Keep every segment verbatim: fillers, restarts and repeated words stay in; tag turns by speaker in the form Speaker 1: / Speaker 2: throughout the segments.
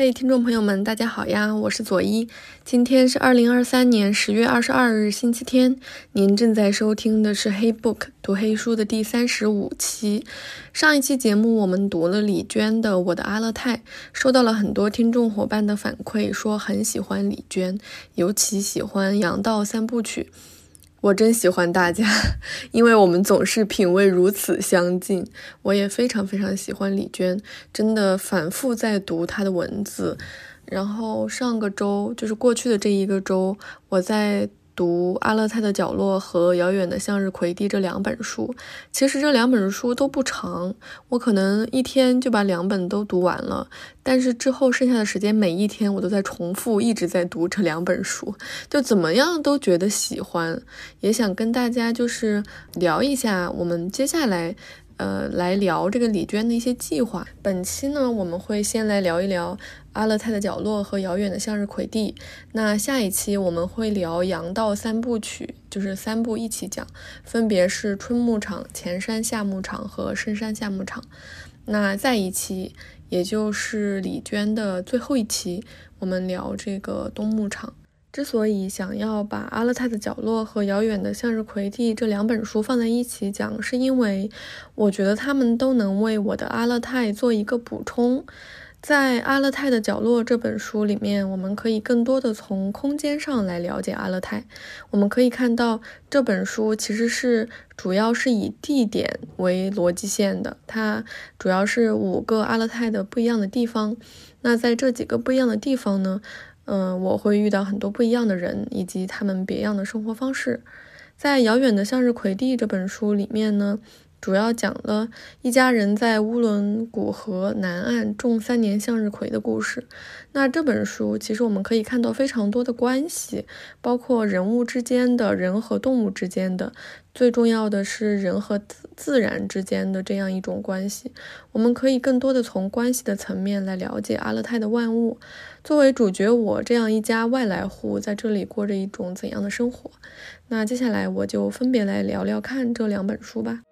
Speaker 1: 嘿，听众朋友们，大家好呀，我是左一。今天是二零二三年十月二十二日，星期天。您正在收听的是黑 book 读黑书的第三十五期。上一期节目我们读了李娟的《我的阿勒泰》，收到了很多听众伙伴的反馈，说很喜欢李娟，尤其喜欢杨道三部曲。我真喜欢大家，因为我们总是品味如此相近。我也非常非常喜欢李娟，真的反复在读她的文字。然后上个周，就是过去的这一个周，我在读《阿勒泰的角落》和《遥远的向日葵地》这两本书。其实这两本书都不长，我可能一天就把两本都读完了，但是之后剩下的时间每一天我都在重复，一直在读这两本书，就怎么样都觉得喜欢。也想跟大家就是聊一下我们接下来呃，来聊这个李娟的一些计划。本期呢，我们会先来聊一聊阿勒泰的角落和遥远的向日葵地。那下一期我们会聊杨道三部曲，就是三部一起讲，分别是春牧场、前山夏牧场和深山夏牧场。那再一期，也就是李娟的最后一期，我们聊这个冬牧场。之所以想要把阿勒泰的角落和遥远的向日葵地这两本书放在一起讲，是因为我觉得他们都能为我的阿勒泰做一个补充。在阿勒泰的角落这本书里面，我们可以更多的从空间上来了解阿勒泰。我们可以看到这本书其实是主要是以地点为逻辑线的，它主要是五个阿勒泰的不一样的地方。那在这几个不一样的地方呢，嗯、呃，我会遇到很多不一样的人，以及他们别样的生活方式。在《遥远的向日葵地》这本书里面呢，主要讲了一家人在乌伦古河南岸种三年向日葵的故事。那这本书其实我们可以看到非常多的关系，包括人物之间的、人和动物之间的，最重要的是人和自然之间的这样一种关系。我们可以更多的从关系的层面来了解阿勒泰的万物。作为主角我这样一家外来户在这里过着一种怎样的生活。那接下来我就分别来聊聊看这两本书吧。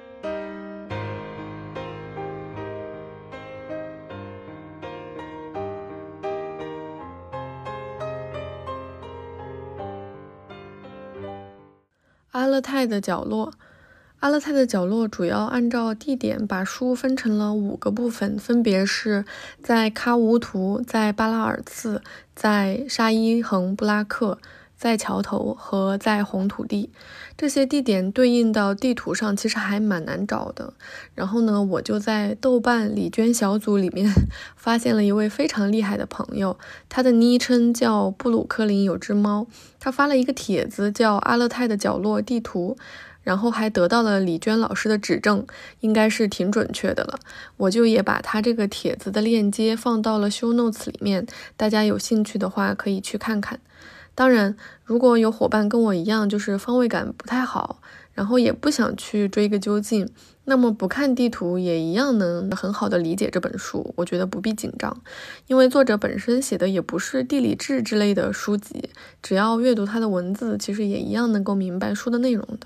Speaker 1: 阿勒泰的角落，阿勒泰的角落主要按照地点把书分成了五个部分，分别是在喀乌图、在巴拉尔刺、在沙伊恒布拉克、在桥头和在红土地。这些地点对应到地图上其实还蛮难找的。然后呢，我就在豆瓣李娟小组里面发现了一位非常厉害的朋友，他的昵称叫布鲁克林有只猫。他发了一个帖子叫阿勒泰的角落地图，然后还得到了李娟老师的指正，应该是挺准确的了。我就也把他这个帖子的链接放到了 show notes 里面，大家有兴趣的话可以去看看。当然，如果有伙伴跟我一样，就是方位感不太好，然后也不想去追个究竟，那么不看地图也一样能很好的理解这本书，我觉得不必紧张，因为作者本身写的也不是地理志之类的书籍，只要阅读他的文字，其实也一样能够明白书的内容的。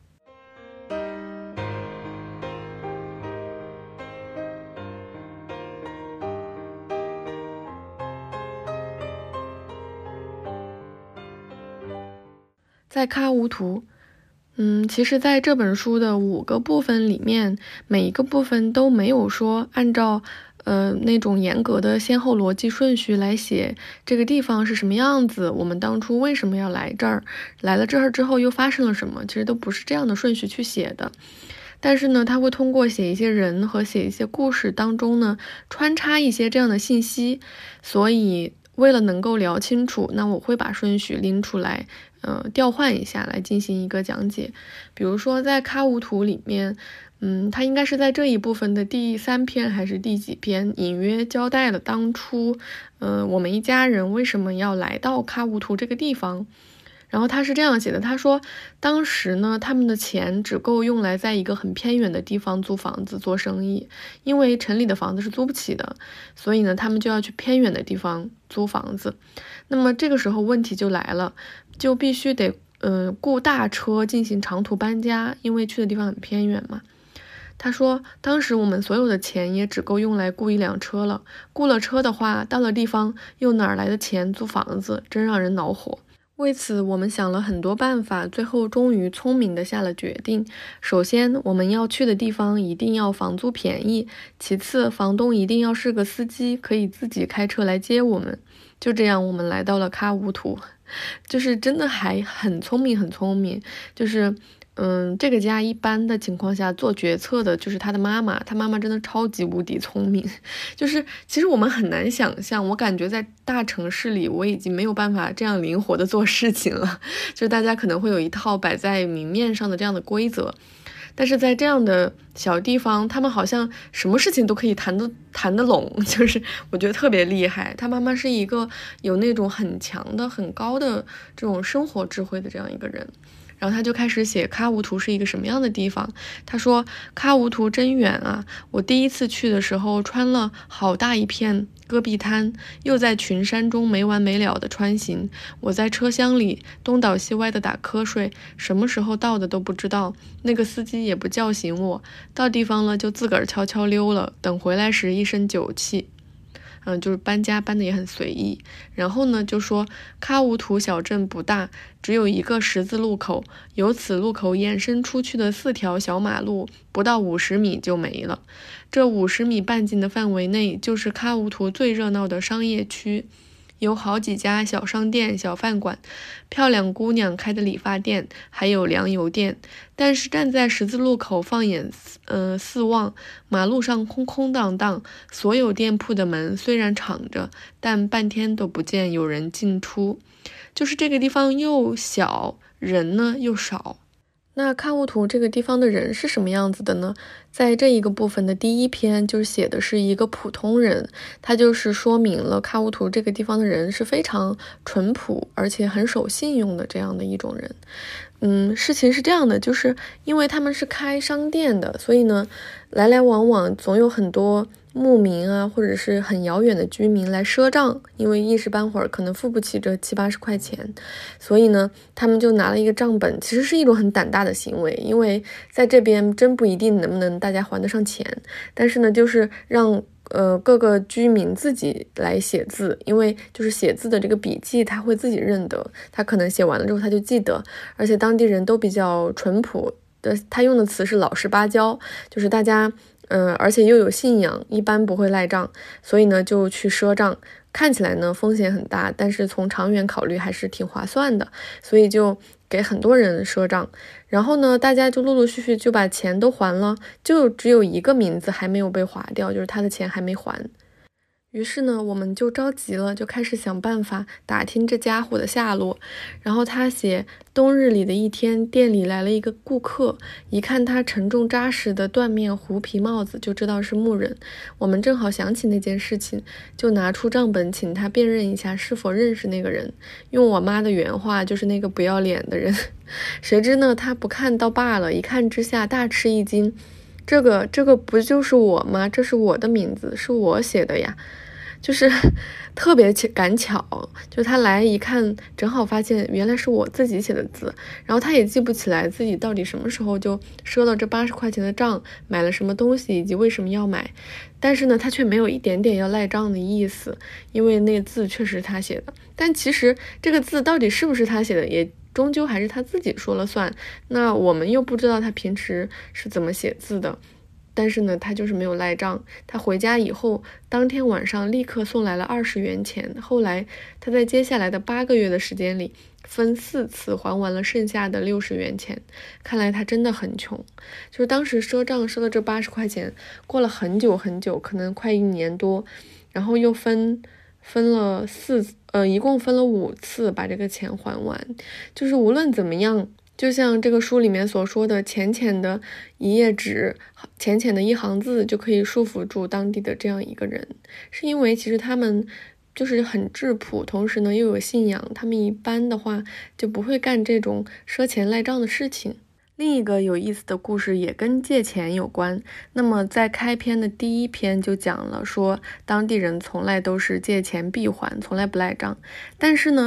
Speaker 1: 在喀乌图，嗯，其实在这本书的五个部分里面，每一个部分都没有说按照呃那种严格的先后逻辑顺序来写这个地方是什么样子，我们当初为什么要来这儿，来了这儿之后又发生了什么，其实都不是这样的顺序去写的。但是呢，他会通过写一些人和写一些故事当中呢，穿插一些这样的信息，所以为了能够聊清楚，那我会把顺序拎出来，呃，调换一下来进行一个讲解。比如说在喀乌图里面，嗯，它应该是在这一部分的第三篇还是第几篇，隐约交代了当初，呃，我们一家人为什么要来到喀乌图这个地方。然后他是这样写的，他说当时呢，他们的钱只够用来在一个很偏远的地方租房子做生意，因为城里的房子是租不起的，所以呢，他们就要去偏远的地方租房子。那么这个时候问题就来了，就必须得呃雇大车进行长途搬家，因为去的地方很偏远嘛。 他说当时我们所有的钱也只够用来雇一辆车了，雇了车的话，到了地方又哪来的钱租房子，真让人恼火。为此我们想了很多办法，最后终于聪明地下了决定。首先，我们要去的地方一定要房租便宜，其次房东一定要是个司机，可以自己开车来接我们。就这样我们来到了喀乌图，就是真的还很聪明很聪明。就是嗯，这个家一般的情况下做决策的就是他的妈妈，他妈妈真的超级无敌聪明。就是其实我们很难想象，我感觉在大城市里我已经没有办法这样灵活的做事情了，就大家可能会有一套摆在明面上的这样的规则，但是在这样的小地方，他们好像什么事情都可以谈得谈得拢，就是我觉得特别厉害。他妈妈是一个有那种很强的很高的这种生活智慧的这样一个人。然后他就开始写喀乌图是一个什么样的地方。他说喀乌图真远啊，我第一次去的时候穿了好大一片戈壁滩，又在群山中没完没了的穿行。我在车厢里东倒西歪的打瞌睡，什么时候到的都不知道，那个司机也不叫醒我，到地方了就自个儿悄悄溜了，等回来时一身酒气。嗯，就是搬家搬的也很随意。然后呢，就说喀乌图小镇不大，只有一个十字路口，由此路口延伸出去的四条小马路，不到五十米就没了。这五十米半径的范围内，就是喀乌图最热闹的商业区。有好几家小商店、小饭馆，漂亮姑娘开的理发店，还有粮油店。但是站在十字路口放眼呃四望，马路上空空荡荡，所有店铺的门虽然敞着，但半天都不见有人进出。就是这个地方又小，人呢又少。那喀乌图这个地方的人是什么样子的呢？在这一个部分的第一篇就是写的是一个普通人，他就是说明了喀乌图这个地方的人是非常淳朴而且很守信用的这样的一种人。嗯，事情是这样的，就是因为他们是开商店的，所以呢来来往往总有很多牧民啊，或者是很遥远的居民来赊账，因为一时半会儿可能付不起这七八十块钱，所以呢他们就拿了一个账本，其实是一种很胆大的行为，因为在这边真不一定能不能大家还得上钱，但是呢就是让呃各个居民自己来写字，因为就是写字的这个笔记他会自己认得，他可能写完了之后他就记得，而且当地人都比较淳朴的，他用的词是老实巴交，就是大家嗯，而且又有信仰，一般不会赖账，所以呢就去赊账。看起来呢风险很大，但是从长远考虑还是挺划算的，所以就给很多人赊账。然后呢大家就陆陆续续就把钱都还了，就只有一个名字还没有被划掉，就是他的钱还没还。于是呢我们就着急了，就开始想办法打听这家伙的下落。然后他写冬日里的一天，店里来了一个顾客，一看他沉重扎实的缎面狐皮帽子就知道是牧人。我们正好想起那件事情，就拿出账本请他辨认一下是否认识那个人，用我妈的原话就是那个不要脸的人。谁知呢他不看倒罢了，一看之下大吃一惊，这个这个不就是我吗？这是我的名字，是我写的呀。就是特别赶巧，就他来一看，正好发现原来是我自己写的字，然后他也记不起来自己到底什么时候就赊了这八十块钱的账，买了什么东西以及为什么要买，但是呢他却没有一点点要赖账的意思，因为那字确实他写的，但其实这个字到底是不是他写的也终究还是他自己说了算，那我们又不知道他平时是怎么写字的。但是呢他就是没有赖账，他回家以后当天晚上立刻送来了二十元钱，后来他在接下来的八个月的时间里分四次还完了剩下的六十元钱，看来他真的很穷。就是当时赊账赊了这八十块钱，过了很久很久，可能快一年多，然后又分分了四呃一共分了五次把这个钱还完。就是无论怎么样，就像这个书里面所说的，浅浅的一页纸，浅浅的一行字就可以束缚住当地的这样一个人，是因为其实他们就是很质朴，同时呢又有信仰，他们一般的话就不会干这种赊钱赖账的事情。另一个有意思的故事也跟借钱有关，那么在开篇的第一篇就讲了说当地人从来都是借钱必还，从来不赖账，但是呢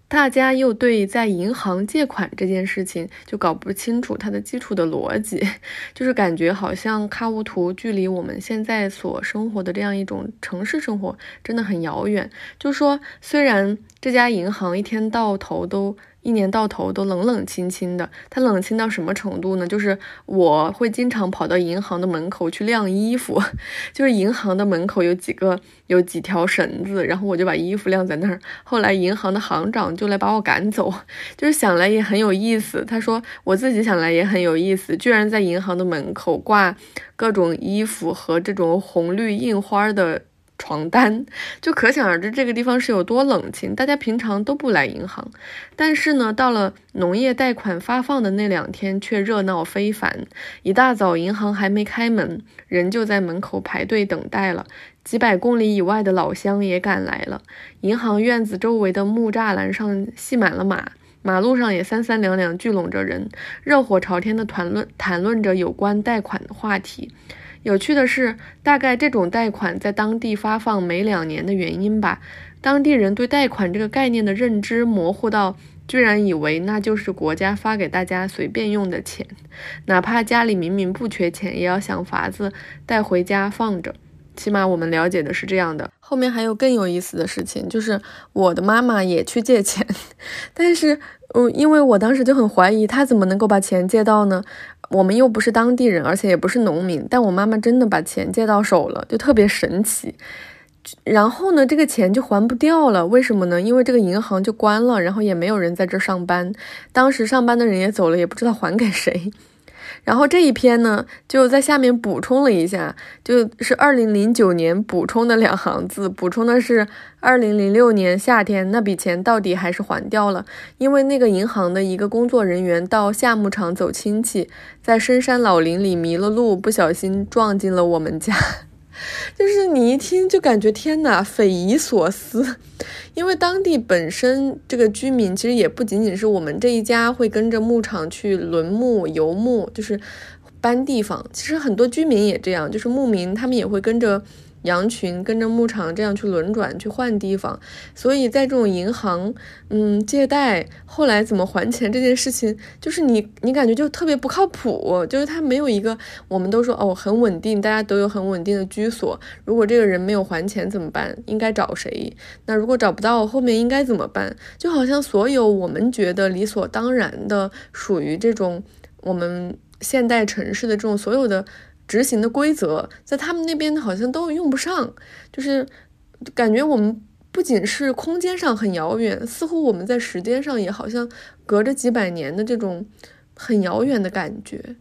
Speaker 1: 大家又对在银行借款这件事情就搞不清楚它的基础的逻辑，就是感觉好像喀乌图距离我们现在所生活的这样一种城市生活真的很遥远。就是说，虽然这家银行一天到头都一年到头都冷冷清清的，它冷清到什么程度呢？就是我会经常跑到银行的门口去晾衣服，就是银行的门口有几个有几条绳子，然后我就把衣服晾在那儿。后来银行的行长就来把我赶走，就是想来也很有意思。他说我自己想来也很有意思，居然在银行的门口挂各种衣服和这种红绿印花的床单，就可想而知这个地方是有多冷清，大家平常都不来银行。但是呢，到了农业贷款发放的那两天却热闹非凡，一大早银行还没开门，人就在门口排队等待了，几百公里以外的老乡也赶来了，银行院子周围的木栅栏上系满了马，马路上也三三两两聚拢着人，热火朝天地谈论谈论着有关贷款的话题。有趣的是，大概这种贷款在当地发放每两年的原因吧，当地人对贷款这个概念的认知模糊到居然以为那就是国家发给大家随便用的钱，哪怕家里明明不缺钱，也要想法子带回家放着。起码我们了解的是这样的。后面还有更有意思的事情，就是我的妈妈也去借钱，但是嗯，因为我当时就很怀疑她怎么能够把钱借到呢？我们又不是当地人，而且也不是农民，但我妈妈真的把钱借到手了，就特别神奇。然后呢，这个钱就还不掉了，为什么呢？因为这个银行就关了，然后也没有人在这上班，当时上班的人也走了，也不知道还给谁。然后这一篇呢，就在下面补充了一下，就是二零零九年补充的两行字，补充的是二零零六年夏天那笔钱到底还是还掉了，因为那个银行的一个工作人员到夏牧场走亲戚，在深山老林里迷了路，不小心撞进了我们家。就是你一听就感觉天哪，匪夷所思。因为当地本身这个居民其实也不仅仅是我们这一家会跟着牧场去轮牧游牧，就是搬地方，其实很多居民也这样，就是牧民他们也会跟着羊群跟着牧场这样去轮转去换地方。所以在这种银行嗯借贷后来怎么还钱这件事情，就是你你感觉就特别不靠谱，就是它没有一个我们都说哦很稳定，大家都有很稳定的居所，如果这个人没有还钱怎么办？应该找谁？那如果找不到后面应该怎么办？就好像所有我们觉得理所当然的属于这种我们现代城市的这种所有的执行的规则，在他们那边好像都用不上，就是感觉我们不仅是空间上很遥远，似乎我们在时间上也好像隔着几百年的这种很遥远的感觉。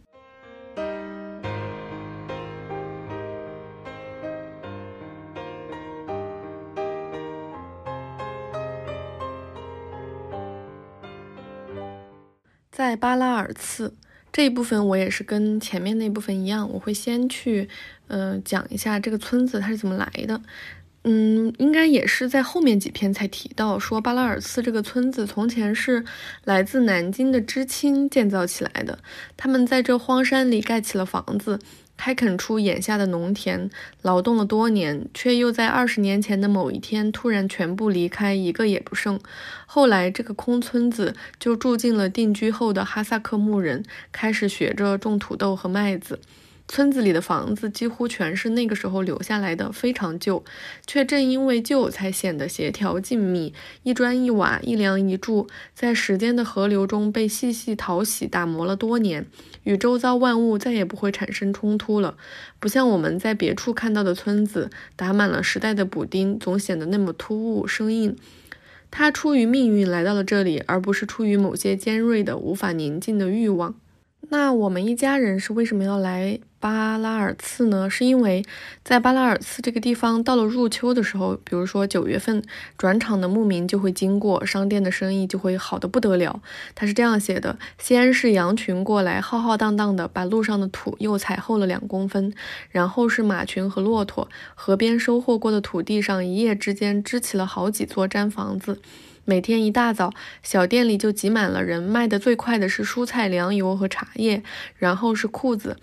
Speaker 1: 在巴拉尔次这一部分，我也是跟前面那部分一样，我会先去呃讲一下这个村子它是怎么来的。嗯，应该也是在后面几篇才提到，说巴拉尔次这个村子从前是来自南京的知青建造起来的，他们在这荒山里盖起了房子，开垦出眼下的农田，劳动了多年，却又在二十年前的某一天突然全部离开，一个也不剩。后来这个空村子就住进了定居后的哈萨克牧人，开始学着种土豆和麦子。村子里的房子几乎全是那个时候留下来的，非常旧，却正因为旧才显得协调静谧，一砖一瓦，一梁一柱，在时间的河流中被细细淘洗打磨了多年，与周遭万物再也不会产生冲突了。不像我们在别处看到的村子，打满了时代的补丁，总显得那么突兀生硬。它出于命运来到了这里，而不是出于某些尖锐的无法宁静的欲望。那我们一家人是为什么要来巴拉尔次呢？是因为在巴拉尔次这个地方，到了入秋的时候，比如说九月份，转场的牧民就会经过，商店的生意就会好得不得了。他是这样写的：先是羊群过来，浩浩荡荡的把路上的土又踩厚了两公分，然后是马群和骆驼，河边收获过的土地上一夜之间支起了好几座毡房子。每天一大早，小店里就挤满了人，卖的最快的是蔬菜、粮油和茶叶，然后是裤子。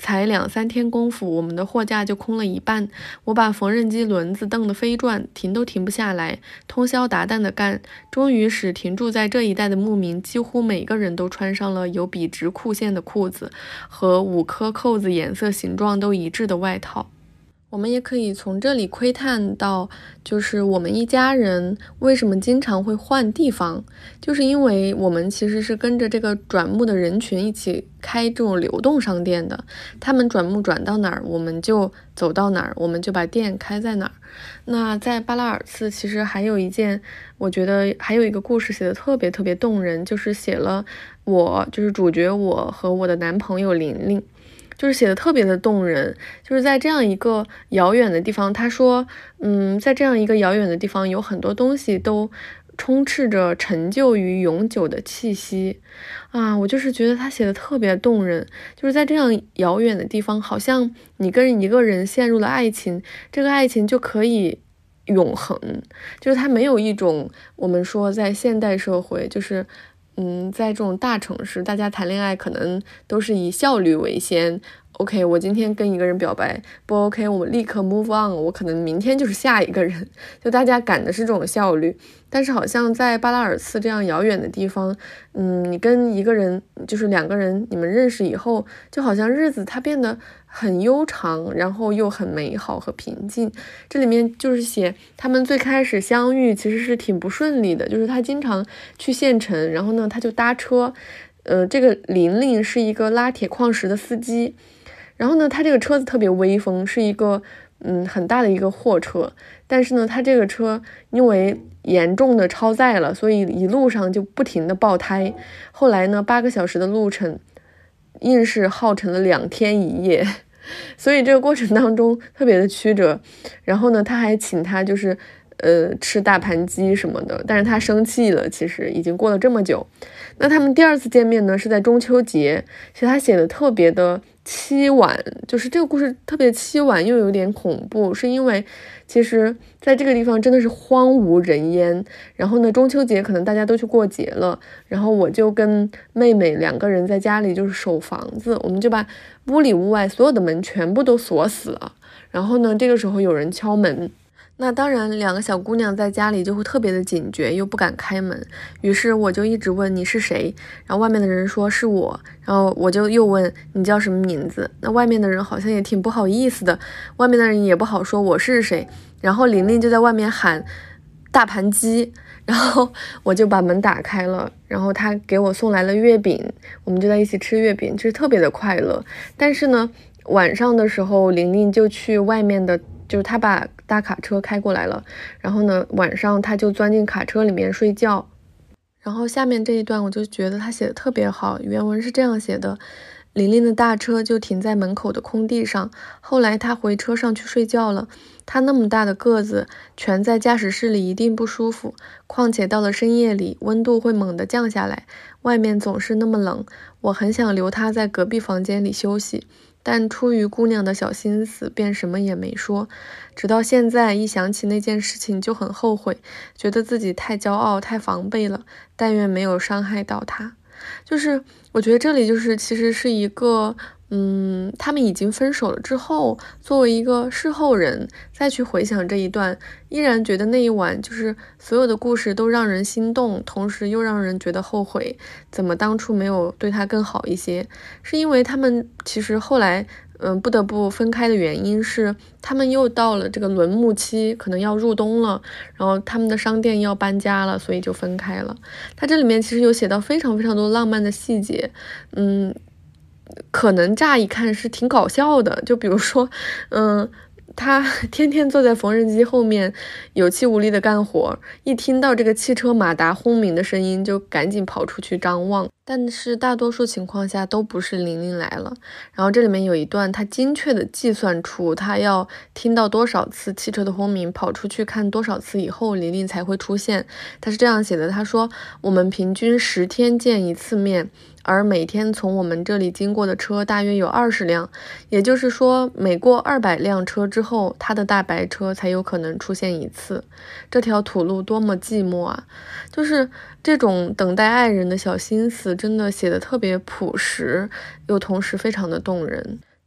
Speaker 1: 才两三天功夫，我们的货架就空了一半。我把缝纫机轮子蹬得飞转，停都停不下来，通宵达旦地干，终于使停驻在这一带的牧民几乎每个人都穿上了有笔直裤线的裤子和五颗扣子颜色形状都一致的外套。我们也可以从这里窥探到，就是我们一家人为什么经常会换地方，就是因为我们其实是跟着这个转牧的人群一起开这种流动商店的，他们转牧转到哪儿，我们就走到哪儿，我们就把店开在哪儿。那在巴拉尔茨其实还有一件，我觉得还有一个故事写的特别特别动人，就是写了我，就是主角我和我的男朋友琳琳。就是写的特别的动人，就是在这样一个遥远的地方，他说，嗯，在这样一个遥远的地方，有很多东西都充斥着陈旧与永久的气息啊！我就是觉得他写的特别动人，就是在这样遥远的地方，好像你跟一个人陷入了爱情，这个爱情就可以永恒，就是它没有一种我们说在现代社会，就是嗯，在这种大城市，大家谈恋爱可能都是以效率为先。OK， 我今天跟一个人表白，不 OK， 我们立刻 move on， 我可能明天就是下一个人，就大家赶的是这种效率。但是好像在巴拉尔茨这样遥远的地方，嗯，你跟一个人，就是两个人，你们认识以后，就好像日子它变得很悠长，然后又很美好和平静。这里面就是写他们最开始相遇其实是挺不顺利的，就是他经常去县城，然后呢他就搭车，呃，这个琳琳是一个拉铁矿石的司机，然后呢他这个车子特别威风，是一个嗯很大的一个货车，但是呢他这个车因为严重的超载了，所以一路上就不停的爆胎，后来呢八个小时的路程硬是耗成了两天一夜，所以这个过程当中特别的曲折。然后呢他还请他就是呃吃大盘鸡什么的，但是他生气了，其实已经过了这么久。那他们第二次见面呢是在中秋节，其实他写的特别的凄婉，就是这个故事特别凄婉又有点恐怖，是因为其实在这个地方真的是荒无人烟。然后呢中秋节可能大家都去过节了，然后我就跟妹妹两个人在家里就是守房子，我们就把屋里屋外所有的门全部都锁死了。然后呢这个时候有人敲门，那当然两个小姑娘在家里就会特别的警觉，又不敢开门，于是我就一直问你是谁，然后外面的人说是我，然后我就又问你叫什么名字，那外面的人好像也挺不好意思的，外面的人也不好说我是谁，然后琳琳就在外面喊大盘鸡，然后我就把门打开了，然后他给我送来了月饼，我们就在一起吃月饼，就是特别的快乐。但是呢晚上的时候琳琳就去外面的，就是他把大卡车开过来了，然后呢晚上他就钻进卡车里面睡觉。然后下面这一段我就觉得他写的特别好，原文是这样写的：琳琳的大车就停在门口的空地上，后来他回车上去睡觉了。他那么大的个子全在驾驶室里一定不舒服，况且到了深夜里温度会猛地降下来，外面总是那么冷，我很想留他在隔壁房间里休息，但出于姑娘的小心思便什么也没说。直到现在一想起那件事情就很后悔，觉得自己太骄傲太防备了，但愿没有伤害到他。就是我觉得这里就是其实是一个嗯，他们已经分手了之后，作为一个事后人再去回想这一段，依然觉得那一晚就是所有的故事都让人心动，同时又让人觉得后悔，怎么当初没有对他更好一些。是因为他们其实后来嗯，不得不分开的原因是他们又到了这个轮牧期，可能要入冬了，然后他们的商店要搬家了，所以就分开了。他这里面其实有写到非常非常多浪漫的细节，嗯，可能乍一看是挺搞笑的，就比如说嗯他天天坐在缝纫机后面有气无力的干活，一听到这个汽车马达轰鸣的声音就赶紧跑出去张望，但是大多数情况下都不是琳琳来了。然后这里面有一段他精确的计算出他要听到多少次汽车的轰鸣，跑出去看多少次以后琳琳才会出现。他是这样写的，他说我们平均十天见一次面，而每天从我们这里经过的车大约有二十辆，也就是说每过二百辆车之后，他的大白车才有可能出现一次。这条土路多么寂寞啊！就是这种等待爱人的小心思真的写得特别朴实，又同时非常的动人。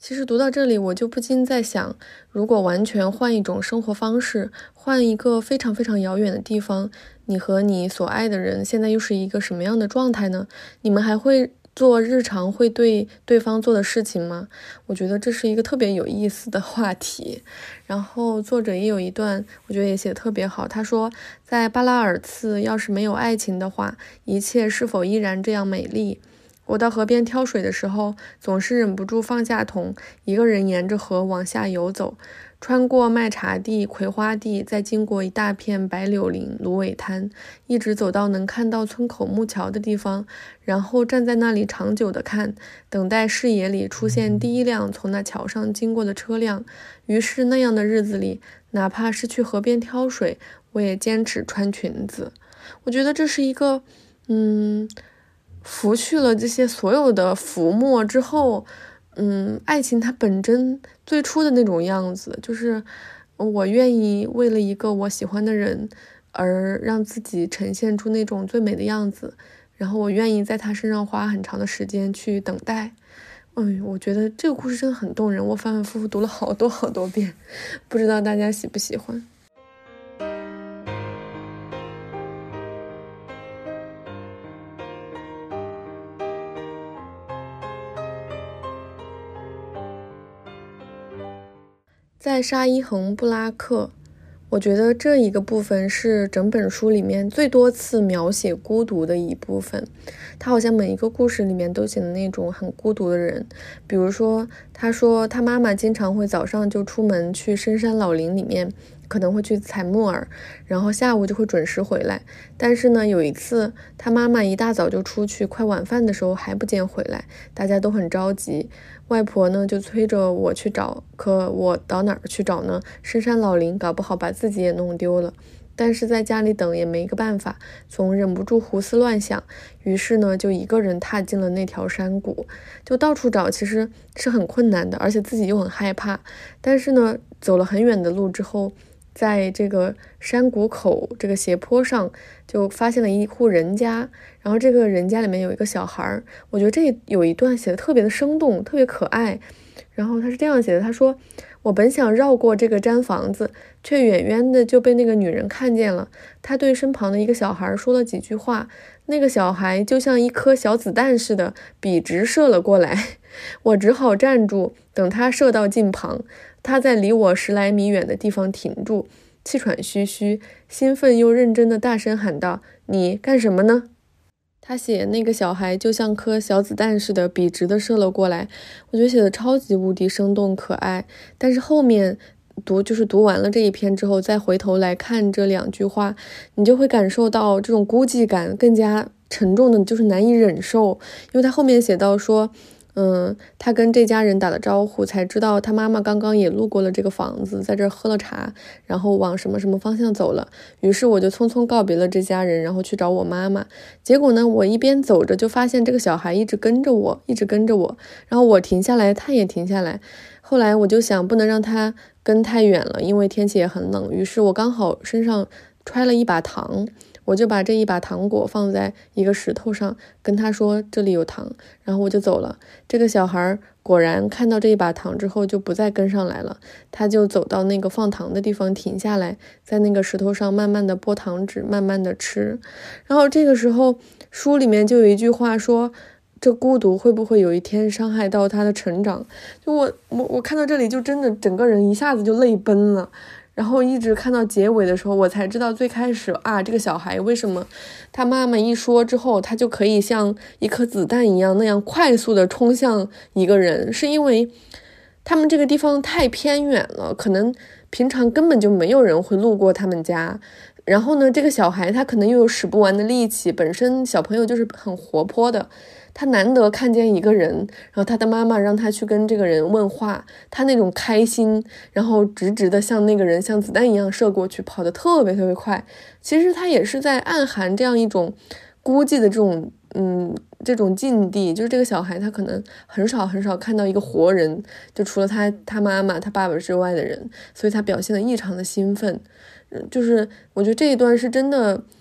Speaker 1: 其实读到这里，我就不禁在想，如果完全换一种生活方式，换一个非常非常遥远的地方，你和你所爱的人现在又是一个什么样的状态呢？你们还会做日常会对对方做的事情吗？我觉得这是一个特别有意思的话题。然后作者也有一段，我觉得也写得特别好。他说，在巴拉尔茨，要是没有爱情的话，一切是否依然这样美丽？我到河边挑水的时候，总是忍不住放下桶，一个人沿着河往下游走，穿过麦茶地、葵花地，再经过一大片白柳林、芦苇滩，一直走到能看到村口木桥的地方，然后站在那里长久地看，等待视野里出现第一辆从那桥上经过的车辆。于是那样的日子里，哪怕是去河边挑水，我也坚持穿裙子。我觉得这是一个，嗯。拂去了这些所有的浮沫之后，嗯，爱情它本真最初的那种样子，就是我愿意为了一个我喜欢的人而让自己呈现出那种最美的样子，然后我愿意在他身上花很长的时间去等待。嗯，我觉得这个故事真的很动人，我反反复复读了好多好多遍，不知道大家喜不喜欢。在沙伊恒·布拉克，我觉得这一个部分是整本书里面最多次描写孤独的一部分。他好像每一个故事里面都写的那种很孤独的人，比如说他说他妈妈经常会早上就出门去深山老林里面，可能会去采木耳，然后下午就会准时回来。但是呢，有一次他妈妈一大早就出去，快晚饭的时候还不见回来，大家都很着急。外婆呢就催着我去找，可我到哪儿去找呢？深山老林，搞不好把自己也弄丢了。但是在家里等也没个办法，总忍不住胡思乱想，于是呢就一个人踏进了那条山谷，就到处找，其实是很困难的，而且自己又很害怕。但是呢，走了很远的路之后，在这个山谷口这个斜坡上就发现了一户人家，然后这个人家里面有一个小孩，我觉得这有一段写的特别的生动，特别可爱。然后他是这样写的，他说，我本想绕过这个毡房子，却远远的就被那个女人看见了。她对身旁的一个小孩说了几句话，那个小孩就像一颗小子弹似的笔直射了过来，我只好站住，等他射到近旁。他在离我十来米远的地方停住，气喘吁吁，兴奋又认真的大声喊道，你干什么呢？他写那个小孩就像颗小子弹似的笔直的射了过来，我觉得写的超级无敌生动可爱。但是后面读就是读完了这一篇之后，再回头来看这两句话，你就会感受到这种孤寂感更加沉重的，就是难以忍受。因为他后面写到说，嗯，他跟这家人打了招呼，才知道他妈妈刚刚也路过了这个房子，在这儿喝了茶，然后往什么什么方向走了。于是我就匆匆告别了这家人，然后去找我妈妈。结果呢，我一边走着就发现这个小孩一直跟着我，一直跟着我，然后我停下来，他也停下来。后来我就想，不能让他跟太远了，因为天气也很冷。于是我刚好身上揣了一把糖，我就把这一把糖果放在一个石头上，跟他说这里有糖，然后我就走了。这个小孩果然看到这一把糖之后就不再跟上来了，他就走到那个放糖的地方停下来，在那个石头上慢慢的剥糖纸，慢慢的吃。然后这个时候书里面就有一句话说，这孤独会不会有一天伤害到他的成长？就我我我看到这里就真的整个人一下子就泪奔了。然后一直看到结尾的时候，我才知道最开始啊，这个小孩为什么他妈妈一说之后，他就可以像一颗子弹一样那样快速的冲向一个人，是因为他们这个地方太偏远了，可能平常根本就没有人会路过他们家。然后呢，这个小孩他可能又有使不完的力气，本身小朋友就是很活泼的，他难得看见一个人，然后他的妈妈让他去跟这个人问话，他那种开心，然后直直的向那个人像子弹一样射过去，跑得特别特别快。其实他也是在暗含这样一种孤寂的这种嗯这种境地，就是这个小孩他可能很少很少看到一个活人，就除了他他妈妈他爸爸之外的人，所以他表现得异常的兴奋。就是我觉得这一段是真的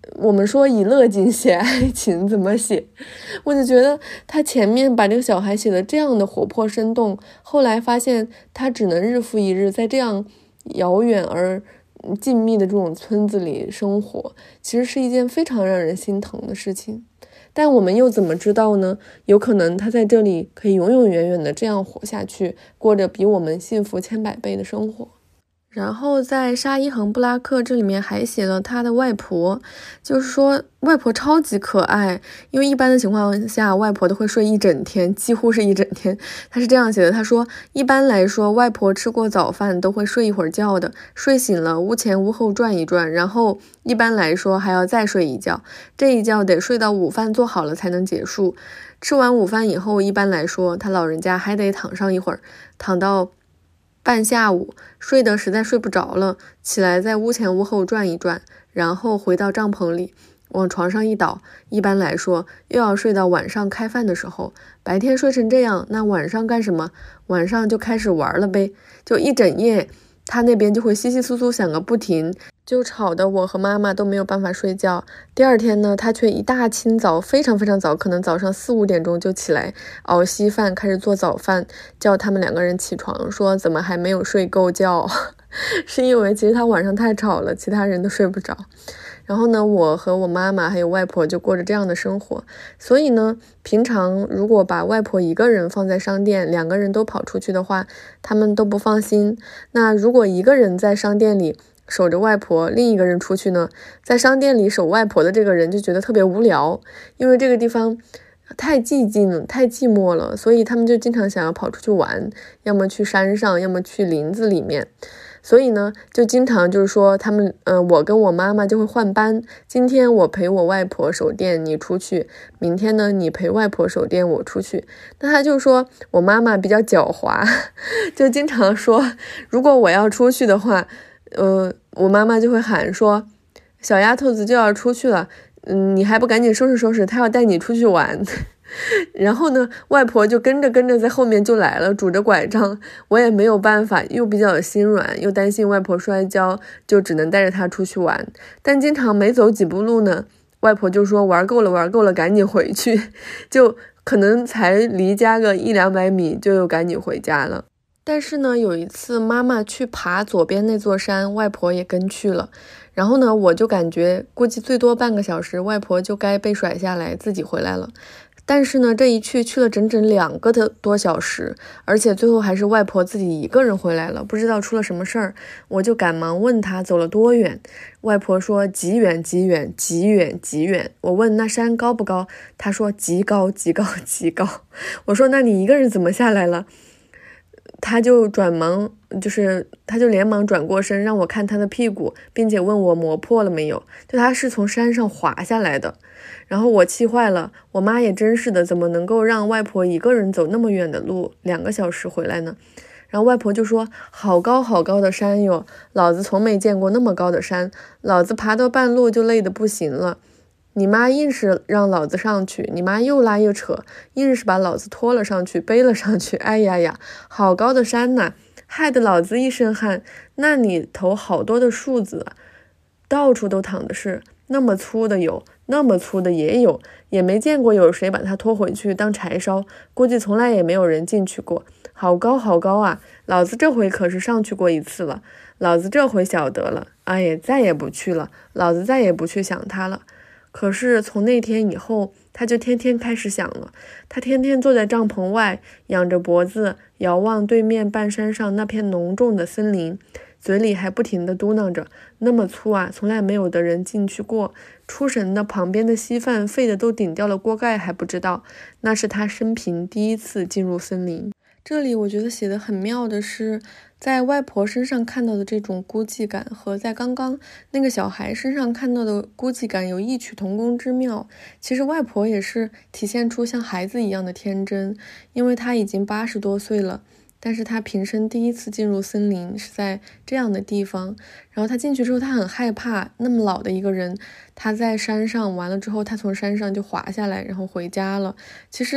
Speaker 1: 我们说以乐景写爱情怎么写？我就觉得他前面把这个小孩写的这样的活泼生动，后来发现他只能日复一日在这样遥远而静谧的这种村子里生活，其实是一件非常让人心疼的事情。但我们又怎么知道呢？有可能他在这里可以永永远远的这样活下去，过着比我们幸福千百倍的生活。然后在沙伊恒布拉克这里面还写了他的外婆，就是说外婆超级可爱，因为一般的情况下外婆都会睡一整天，几乎是一整天。他是这样写的，他说一般来说外婆吃过早饭都会睡一会儿觉的，睡醒了屋前屋后转一转，然后一般来说还要再睡一觉，这一觉得睡到午饭做好了才能结束。吃完午饭以后，一般来说他老人家还得躺上一会儿，躺到半下午，睡得实在睡不着了，起来在屋前屋后转一转，然后回到帐篷里往床上一倒，一般来说又要睡到晚上开饭的时候。白天睡成这样，那晚上干什么？晚上就开始玩了呗，就一整夜他那边就会窸窸窣窣响个不停，就吵得我和妈妈都没有办法睡觉。第二天呢，他却一大清早，非常非常早，可能早上四五点钟就起来熬稀饭，开始做早饭，叫他们两个人起床，说怎么还没有睡够觉是因为其实他晚上太吵了，其他人都睡不着。然后呢，我和我妈妈还有外婆就过着这样的生活。所以呢，平常如果把外婆一个人放在商店，两个人都跑出去的话，他们都不放心。那如果一个人在商店里守着外婆，另一个人出去呢，在商店里守外婆的这个人就觉得特别无聊，因为这个地方太寂静了，太寂寞了，所以他们就经常想要跑出去玩，要么去山上，要么去林子里面。所以呢，就经常就是说他们呃，我跟我妈妈就会换班，今天我陪我外婆守店，你出去，明天呢你陪外婆守店，我出去。那他就说我妈妈比较狡猾，就经常说如果我要出去的话，呃，我妈妈就会喊说小丫头子就要出去了，嗯，你还不赶紧收拾收拾，她要带你出去玩然后呢，外婆就跟着跟着在后面就来了，拄着拐杖，我也没有办法，又比较心软，又担心外婆摔跤，就只能带着她出去玩。但经常没走几步路呢，外婆就说玩够了玩够了，赶紧回去，就可能才离家个一两百米就又赶紧回家了。但是呢，有一次妈妈去爬左边那座山，外婆也跟去了。然后呢，我就感觉估计最多半个小时，外婆就该被甩下来自己回来了。但是呢，这一去去了整整两个的多小时，而且最后还是外婆自己一个人回来了，不知道出了什么事儿。我就赶忙问她走了多远，外婆说极远极远极远极远。我问那山高不高，她说极高极高极高。我说那你一个人怎么下来了？他就转忙，就是他就连忙转过身让我看他的屁股，并且问我磨破了没有，就他是从山上滑下来的。然后我气坏了，我妈也真是的，怎么能够让外婆一个人走那么远的路，两个小时回来呢？然后外婆就说好高好高的山哟，老子从没见过那么高的山，老子爬到半路就累得不行了，你妈硬是让老子上去，你妈又拉又扯，硬是把老子拖了上去，背了上去，哎呀呀，好高的山呐，害得老子一身汗。那里头好多的树子，到处都躺的是，那么粗的有，那么粗的也有，也没见过有谁把它拖回去当柴烧，估计从来也没有人进去过。好高好高啊，老子这回可是上去过一次了，老子这回晓得了，哎呀，再也不去了，老子再也不去想它了。可是从那天以后，他就天天开始想了。他天天坐在帐篷外，仰着脖子，遥望对面半山上那片浓重的森林，嘴里还不停地嘟囔着：那么粗啊，从来没有的人进去过。出神的旁边的稀饭沸得都顶掉了锅盖，还不知道，那是他生平第一次进入森林。这里我觉得写得很妙的是，在外婆身上看到的这种孤寂感和在刚刚那个小孩身上看到的孤寂感有异曲同工之妙。其实外婆也是体现出像孩子一样的天真，因为她已经八十多岁了，但是她平生第一次进入森林是在这样的地方。然后她进去之后，她很害怕，那么老的一个人，她在山上完了之后，她从山上就滑下来，然后回家了。其实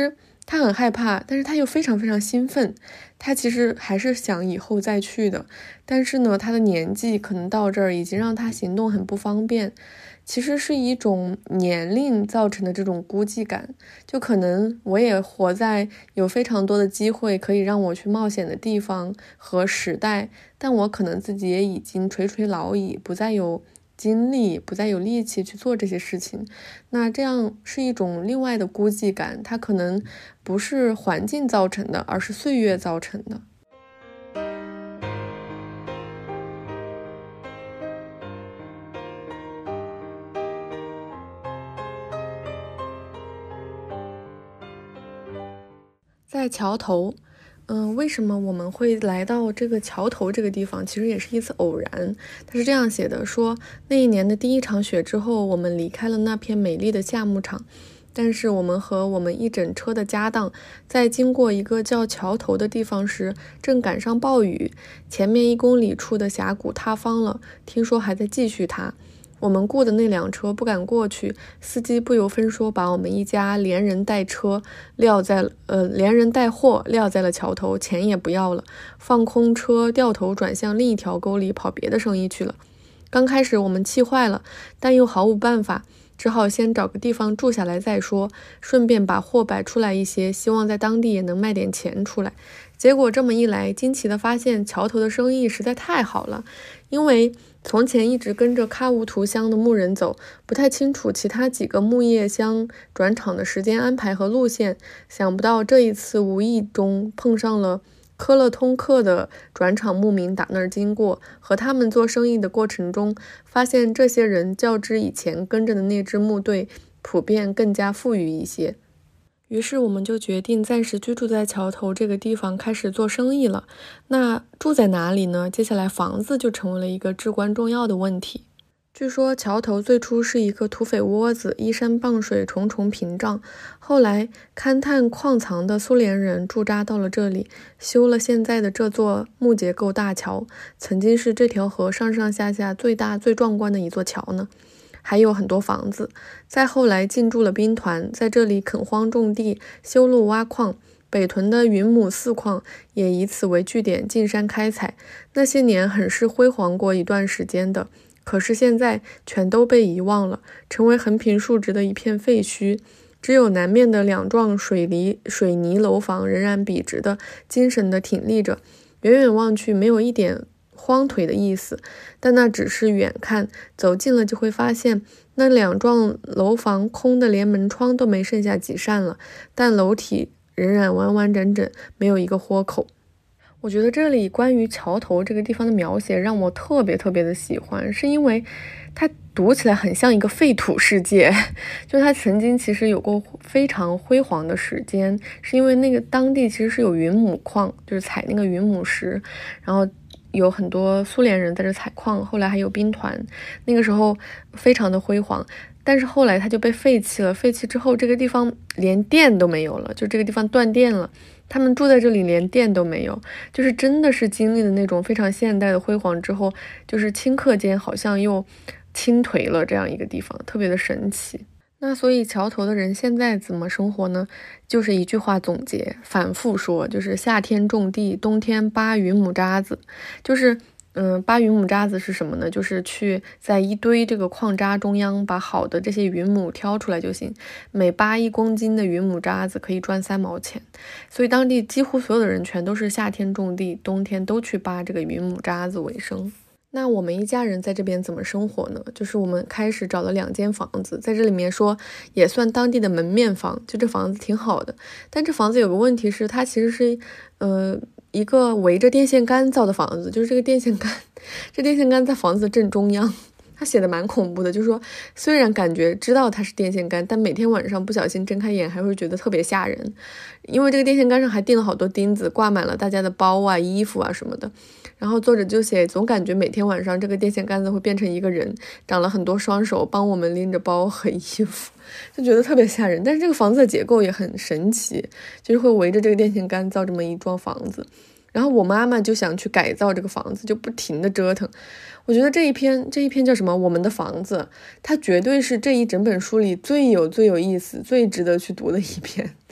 Speaker 1: 他很害怕，但是他又非常非常兴奋，他其实还是想以后再去的，但是呢，他的年纪可能到这儿已经让他行动很不方便，其实是一种年龄造成的这种孤寂感，就可能我也活在有非常多的机会可以让我去冒险的地方和时代，但我可能自己也已经垂垂老矣，不再有精力，不再有力气去做这些事情，那这样是一种另外的孤寂感，它可能不是环境造成的，而是岁月造成的。在桥头，嗯，为什么我们会来到这个桥头这个地方？其实也是一次偶然。他是这样写的，说那一年的第一场雪之后，我们离开了那片美丽的夏牧场，但是我们和我们一整车的家当，在经过一个叫桥头的地方时，正赶上暴雨，前面一公里处的峡谷塌方了，听说还在继续塌。我们雇的那辆车不敢过去，司机不由分说把我们一家连人带车撂在呃连人带货撂在了桥头，钱也不要了，放空车掉头转向另一条沟里跑别的生意去了。刚开始我们气坏了，但又毫无办法，只好先找个地方住下来再说，顺便把货摆出来一些，希望在当地也能卖点钱出来。结果这么一来，惊奇地发现桥头的生意实在太好了，因为从前一直跟着喀乌图乡的牧人走，不太清楚其他几个牧业乡转场的时间安排和路线，想不到这一次无意中碰上了科勒通克的转场牧民打那儿经过，和他们做生意的过程中，发现这些人较之以前跟着的那支牧队，普遍更加富裕一些。于是我们就决定暂时居住在桥头这个地方，开始做生意了。那住在哪里呢？接下来房子就成为了一个至关重要的问题。据说桥头最初是一个土匪窝子，依山傍水，重重屏障。后来勘探矿藏的苏联人驻扎到了这里，修了现在的这座木结构大桥，曾经是这条河上上下下最大最壮观的一座桥呢。还有很多房子，再后来进驻了兵团，在这里垦荒种地，修路挖矿。北屯的云母四矿也以此为据点进山开采，那些年很是辉煌过一段时间的，可是现在全都被遗忘了，成为横平竖直的一片废墟。只有南面的两幢水泥水泥楼房仍然笔直的、精神的挺立着，远远望去没有一点荒颓的意思，但那只是远看，走近了就会发现那两幢楼房空的连门窗都没剩下几扇了，但楼体仍然完完整整，没有一个豁口。我觉得这里关于桥头这个地方的描写让我特别特别的喜欢，是因为它读起来很像一个废土世界，就它曾经其实有过非常辉煌的时间，是因为那个当地其实是有云母矿，就是采那个云母石，然后有很多苏联人在这采矿，后来还有兵团，那个时候非常的辉煌。但是后来它就被废弃了，废弃之后这个地方连电都没有了，就这个地方断电了，他们住在这里连电都没有，就是真的是经历了那种非常现代的辉煌之后，就是顷刻间好像又倾颓了这样一个地方，特别的神奇。那所以桥头的人现在怎么生活呢？就是一句话总结，反复说，就是夏天种地，冬天扒云母渣子。就是嗯，扒云母渣子是什么呢？就是去在一堆这个矿渣中央把好的这些云母挑出来就行，每扒一公斤的云母渣子可以赚三毛钱。所以当地几乎所有的人全都是夏天种地，冬天都去扒这个云母渣子为生。那我们一家人在这边怎么生活呢？就是我们开始找了两间房子，在这里面说也算当地的门面房，就这房子挺好的。但这房子有个问题是，它其实是呃一个围着电线杆造的房子，就是这个电线杆，这电线杆在房子的正中央。他写的蛮恐怖的，就是说虽然感觉知道它是电线杆，但每天晚上不小心睁开眼还会觉得特别吓人，因为这个电线杆上还钉了好多钉子，挂满了大家的包啊、衣服啊什么的。然后作者就写，总感觉每天晚上这个电线杆子会变成一个人，长了很多双手，帮我们拎着包和衣服，就觉得特别吓人。但是这个房子的结构也很神奇，就是会围着这个电线杆造这么一幢房子。然后我妈妈就想去改造这个房子，就不停的折腾。我觉得这一篇这一篇叫什么？我们的房子，它绝对是这一整本书里最有最有意思、最值得去读的一篇。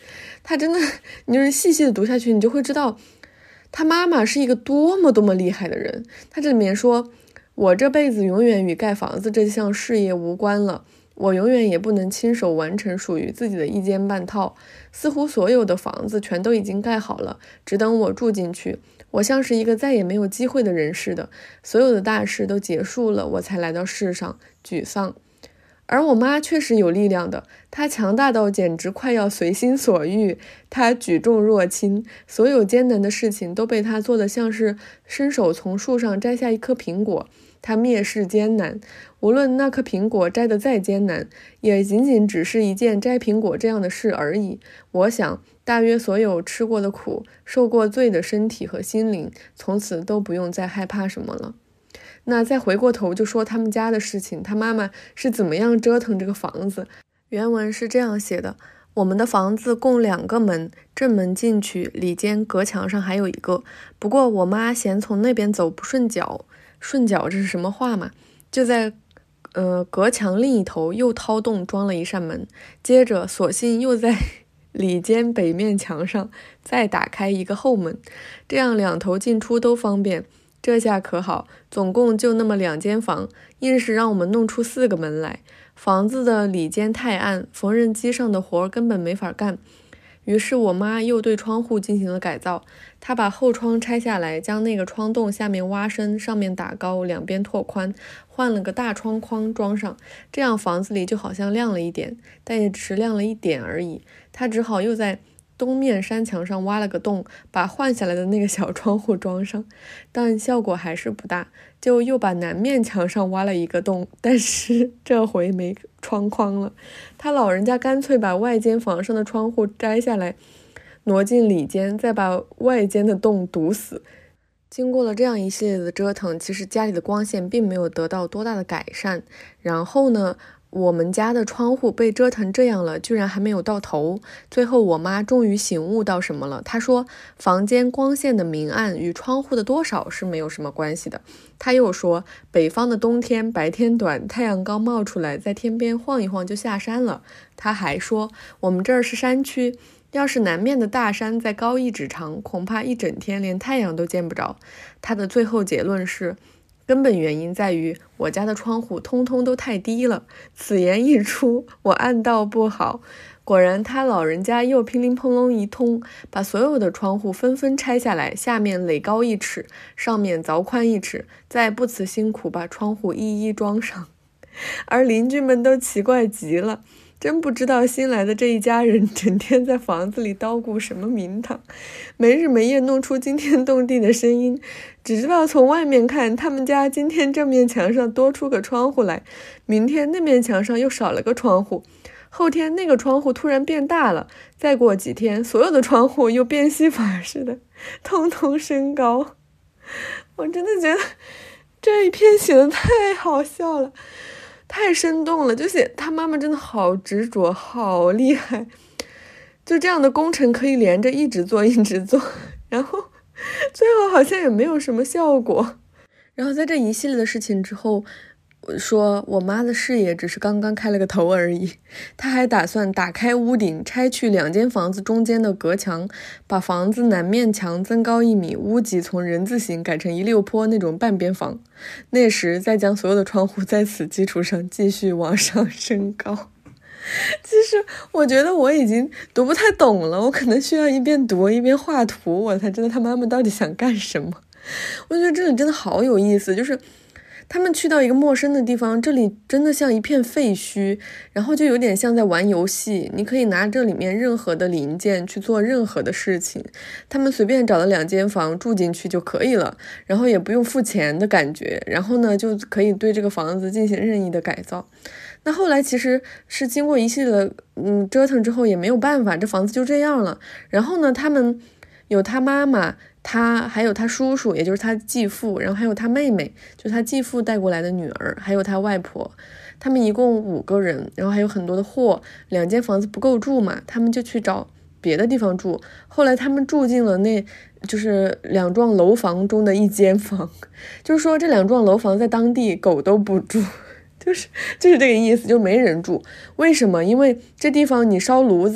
Speaker 1: 他真的，你就是细细的读下去，你就会知道他妈妈是一个多么多么厉害的人。他这里面说，我这辈子永远与盖房子这项事业无关了，我永远也不能亲手完成属于自己的一间半套，似乎所有的房子全都已经盖好了，只等我住进去。我像是一个再也没有机会的人似的，所有的大事都结束了，我才来到世上，沮丧。而我妈却是有力量的，她强大到简直快要随心所欲，她举重若轻，所有艰难的事情都被她做得像是伸手从树上摘下一颗苹果。她蔑视艰难，无论那颗苹果摘得再艰难，也仅仅只是一件摘苹果这样的事而已。我想，大约所有吃过的苦、受过罪的身体和心灵，从此都不用再害怕什么了。那再回过头就说他们家的事情，他妈妈是怎么样折腾这个房子。原文是这样写的：我们的房子共两个门，正门进去，里间隔墙上还有一个，不过我妈嫌从那边走不顺脚。顺脚这是什么话嘛？就在呃隔墙另一头又掏洞装了一扇门，接着索性又在里间北面墙上再打开一个后门，这样两头进出都方便。这下可好，总共就那么两间房，硬是让我们弄出四个门来。房子的里间太暗，缝纫机上的活根本没法干。于是我妈又对窗户进行了改造，她把后窗拆下来，将那个窗洞下面挖深，上面打高，两边拓宽，换了个大窗框装上，这样房子里就好像亮了一点，但也只是亮了一点而已。她只好又在东面山墙上挖了个洞，把换下来的那个小窗户装上，但效果还是不大，就又把南面墙上挖了一个洞，但是这回没窗框了。他老人家干脆把外间房上的窗户摘下来，挪进里间，再把外间的洞堵死。经过了这样一系列的折腾，其实家里的光线并没有得到多大的改善。然后呢，我们家的窗户被折腾这样了，居然还没有到头。最后我妈终于醒悟到什么了，她说房间光线的明暗与窗户的多少是没有什么关系的。她又说北方的冬天白天短，太阳刚冒出来，在天边晃一晃就下山了。她还说我们这儿是山区，要是南面的大山再高一指长，恐怕一整天连太阳都见不着。她的最后结论是，根本原因在于我家的窗户通通都太低了。此言一出，我暗道不好。果然他老人家又乒铃乓啷一通，把所有的窗户纷纷拆下来，下面垒高一尺，上面凿宽一尺，再不辞辛苦把窗户一一装上。而邻居们都奇怪极了，真不知道新来的这一家人整天在房子里叨咕什么名堂，没日没夜弄出惊天动地的声音。只知道从外面看，他们家今天这面墙上多出个窗户来，明天那面墙上又少了个窗户，后天那个窗户突然变大了，再过几天所有的窗户又变戏法似的通通升高。我真的觉得这一篇写的太好笑了，太生动了，就写他妈妈真的好执着，好厉害，就这样的工程可以连着一直做一直做，然后最后好像也没有什么效果。然后在这一系列的事情之后，我说我妈的事业只是刚刚开了个头而已，她还打算打开屋顶，拆去两间房子中间的隔墙，把房子南面墙增高一米，屋脊从人字形改成一溜坡那种半边房，那时再将所有的窗户在此基础上继续往上升高。其实我觉得我已经读不太懂了，我可能需要一边读一边画图，我才知道他妈妈到底想干什么。我觉得这里真的好有意思，就是他们去到一个陌生的地方，这里真的像一片废墟，然后就有点像在玩游戏，你可以拿这里面任何的零件去做任何的事情，他们随便找了两间房住进去就可以了，然后也不用付钱的感觉，然后呢就可以对这个房子进行任意的改造。那后来其实是经过一系列的嗯折腾之后也没有办法，这房子就这样了。然后呢，他们有他妈妈，他还有他叔叔，也就是他继父，然后还有他妹妹，就他继父带过来的女儿，还有他外婆，他们一共五个人，然后还有很多的货，两间房子不够住嘛，他们就去找别的地方住。后来他们住进了那就是两幢楼房中的一间房，就是说这两幢楼房在当地狗都不住，就是就是这个意思，就没人住。为什么？因为这地方你烧炉子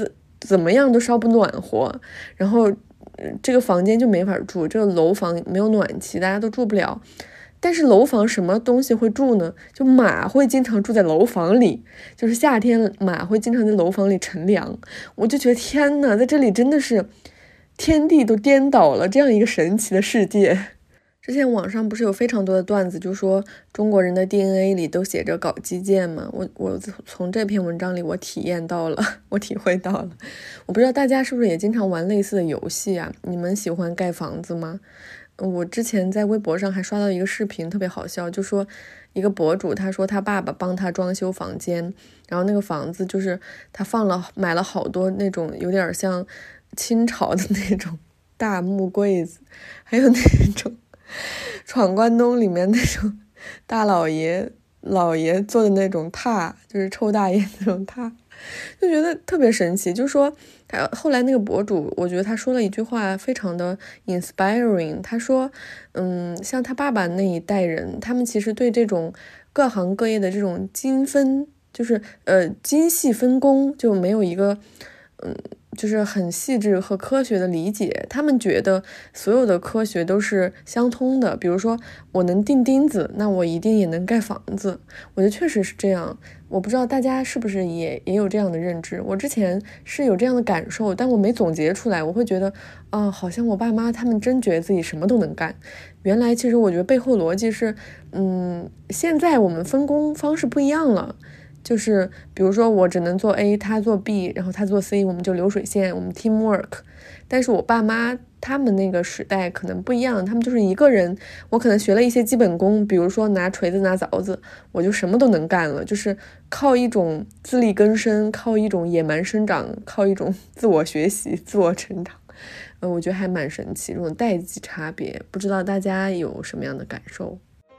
Speaker 1: 怎么样都烧不暖和，然后、呃、这个房间就没法住，这个楼房没有暖气，大家都住不了。但是楼房什么东西会住呢？就马会经常住在楼房里，就是夏天马会经常在楼房里乘凉。我就觉得天哪，在这里真的是天地都颠倒了，这样一个神奇的世界。之前网上不是有非常多的段子，就说中国人的 D N A 里都写着搞基建嘛。我我从这篇文章里我体验到了，我体会到了。我不知道大家是不是也经常玩类似的游戏啊？你们喜欢盖房子吗？我之前在微博上还刷到一个视频，特别好笑，就说一个博主他说他爸爸帮他装修房间，然后那个房子就是他放了买了好多那种有点像清朝的那种大木柜子，还有那种闯关东里面那种大老爷老爷做的那种榻，就是臭大爷那种榻，就觉得特别神奇。就说他后来那个博主，我觉得他说了一句话非常的 inspiring， 他说嗯，像他爸爸那一代人，他们其实对这种各行各业的这种精分，就是呃精细分工，就没有一个嗯就是很细致和科学的理解。他们觉得所有的科学都是相通的，比如说我能钉钉子，那我一定也能盖房子。我觉得确实是这样，我不知道大家是不是也也有这样的认知。我之前是有这样的感受，但我没总结出来。我会觉得啊、呃，好像我爸妈他们真觉得自己什么都能干。原来其实我觉得背后逻辑是嗯，现在我们分工方式不一样了，就是比如说我只能做 A， 他做 B， 然后他做 C， 我们就流水线，我们 teamwork。 但是我爸妈他们那个时代可能不一样，他们就是一个人，我可能学了一些基本功，比如说拿锤子拿凿子，我就什么都能干了，就是靠一种自力更生，靠一种野蛮生长，靠一种自我学习自我成长。呃，我觉得还蛮神奇，这种代际差别，不知道大家有什么样的感受。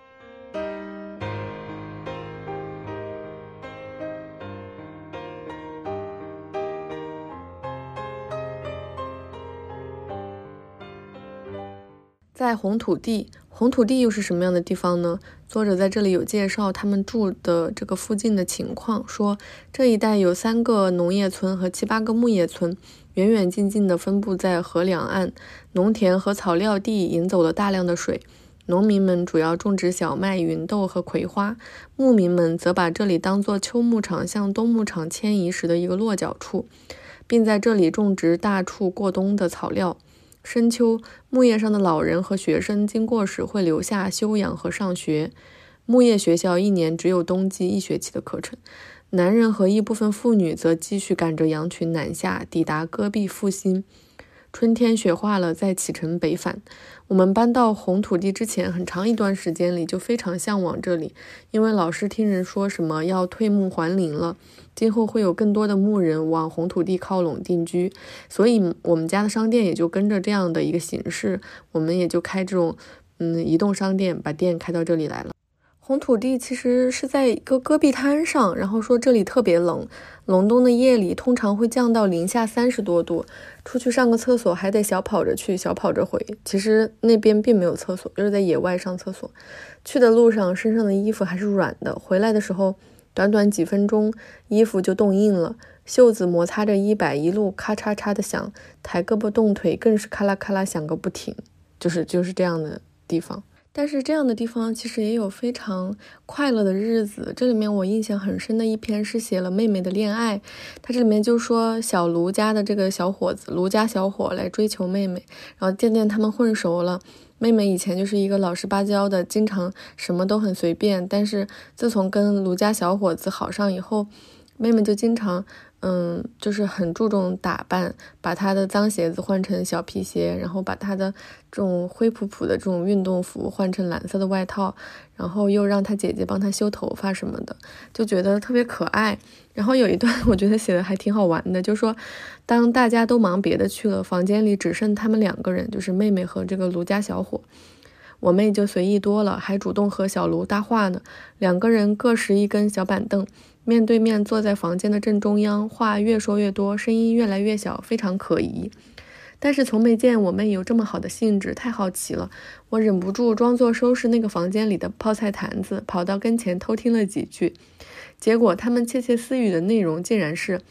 Speaker 1: 在红土地，红土地又是什么样的地方呢？作者在这里有介绍他们住的这个附近的情况，说这一带有三个农业村和七八个牧业村，远远近近地分布在河两岸，农田和草料地引走了大量的水。农民们主要种植小麦、芸豆和葵花，牧民们则把这里当作秋牧场向冬牧场迁移时的一个落脚处，并在这里种植大畜过冬的草料。深秋，牧业上的老人和学生经过时会留下休养和上学。牧业学校一年只有冬季一学期的课程，男人和一部分妇女则继续赶着羊群南下，抵达戈壁复兴。春天雪化了，再启程北返。我们搬到红土地之前很长一段时间里就非常向往这里，因为老是听人说什么要退牧还林了，今后会有更多的牧人往红土地靠拢定居，所以我们家的商店也就跟着这样的一个形式，我们也就开这种嗯移动商店，把店开到这里来了。红土地其实是在一个戈壁滩上，然后说这里特别冷，隆冬的夜里通常会降到零下三十多度，出去上个厕所还得小跑着去小跑着回，其实那边并没有厕所，就是在野外上厕所。去的路上身上的衣服还是软的，回来的时候短短几分钟衣服就冻硬了，袖子摩擦着衣摆一路咔嚓嚓的响，抬胳膊动腿更是咔啦咔啦响个不停，就是就是这样的地方。但是这样的地方其实也有非常快乐的日子。这里面我印象很深的一篇是写了妹妹的恋爱，他这里面就说小卢家的这个小伙子，卢家小伙来追求妹妹，然后渐渐他们混熟了。妹妹以前就是一个老实巴交的，经常什么都很随便，但是自从跟卢家小伙子好上以后，妹妹就经常嗯，就是很注重打扮，把她的脏鞋子换成小皮鞋，然后把她的这种灰扑扑的这种运动服换成蓝色的外套，然后又让她姐姐帮她修头发什么的，就觉得特别可爱。然后有一段我觉得写的还挺好玩的，就说当大家都忙别的去了，房间里只剩他们两个人，就是妹妹和这个卢家小伙。我妹就随意多了，还主动和小卢搭话呢，两个人各拾一根小板凳，面对面坐在房间的正中央，话越说越多，声音越来越小，非常可疑。但是从没见我妹有这么好的兴致，太好奇了，我忍不住装作收拾那个房间里的泡菜坛子，跑到跟前偷听了几句。结果他们窃窃私语的内容竟然是：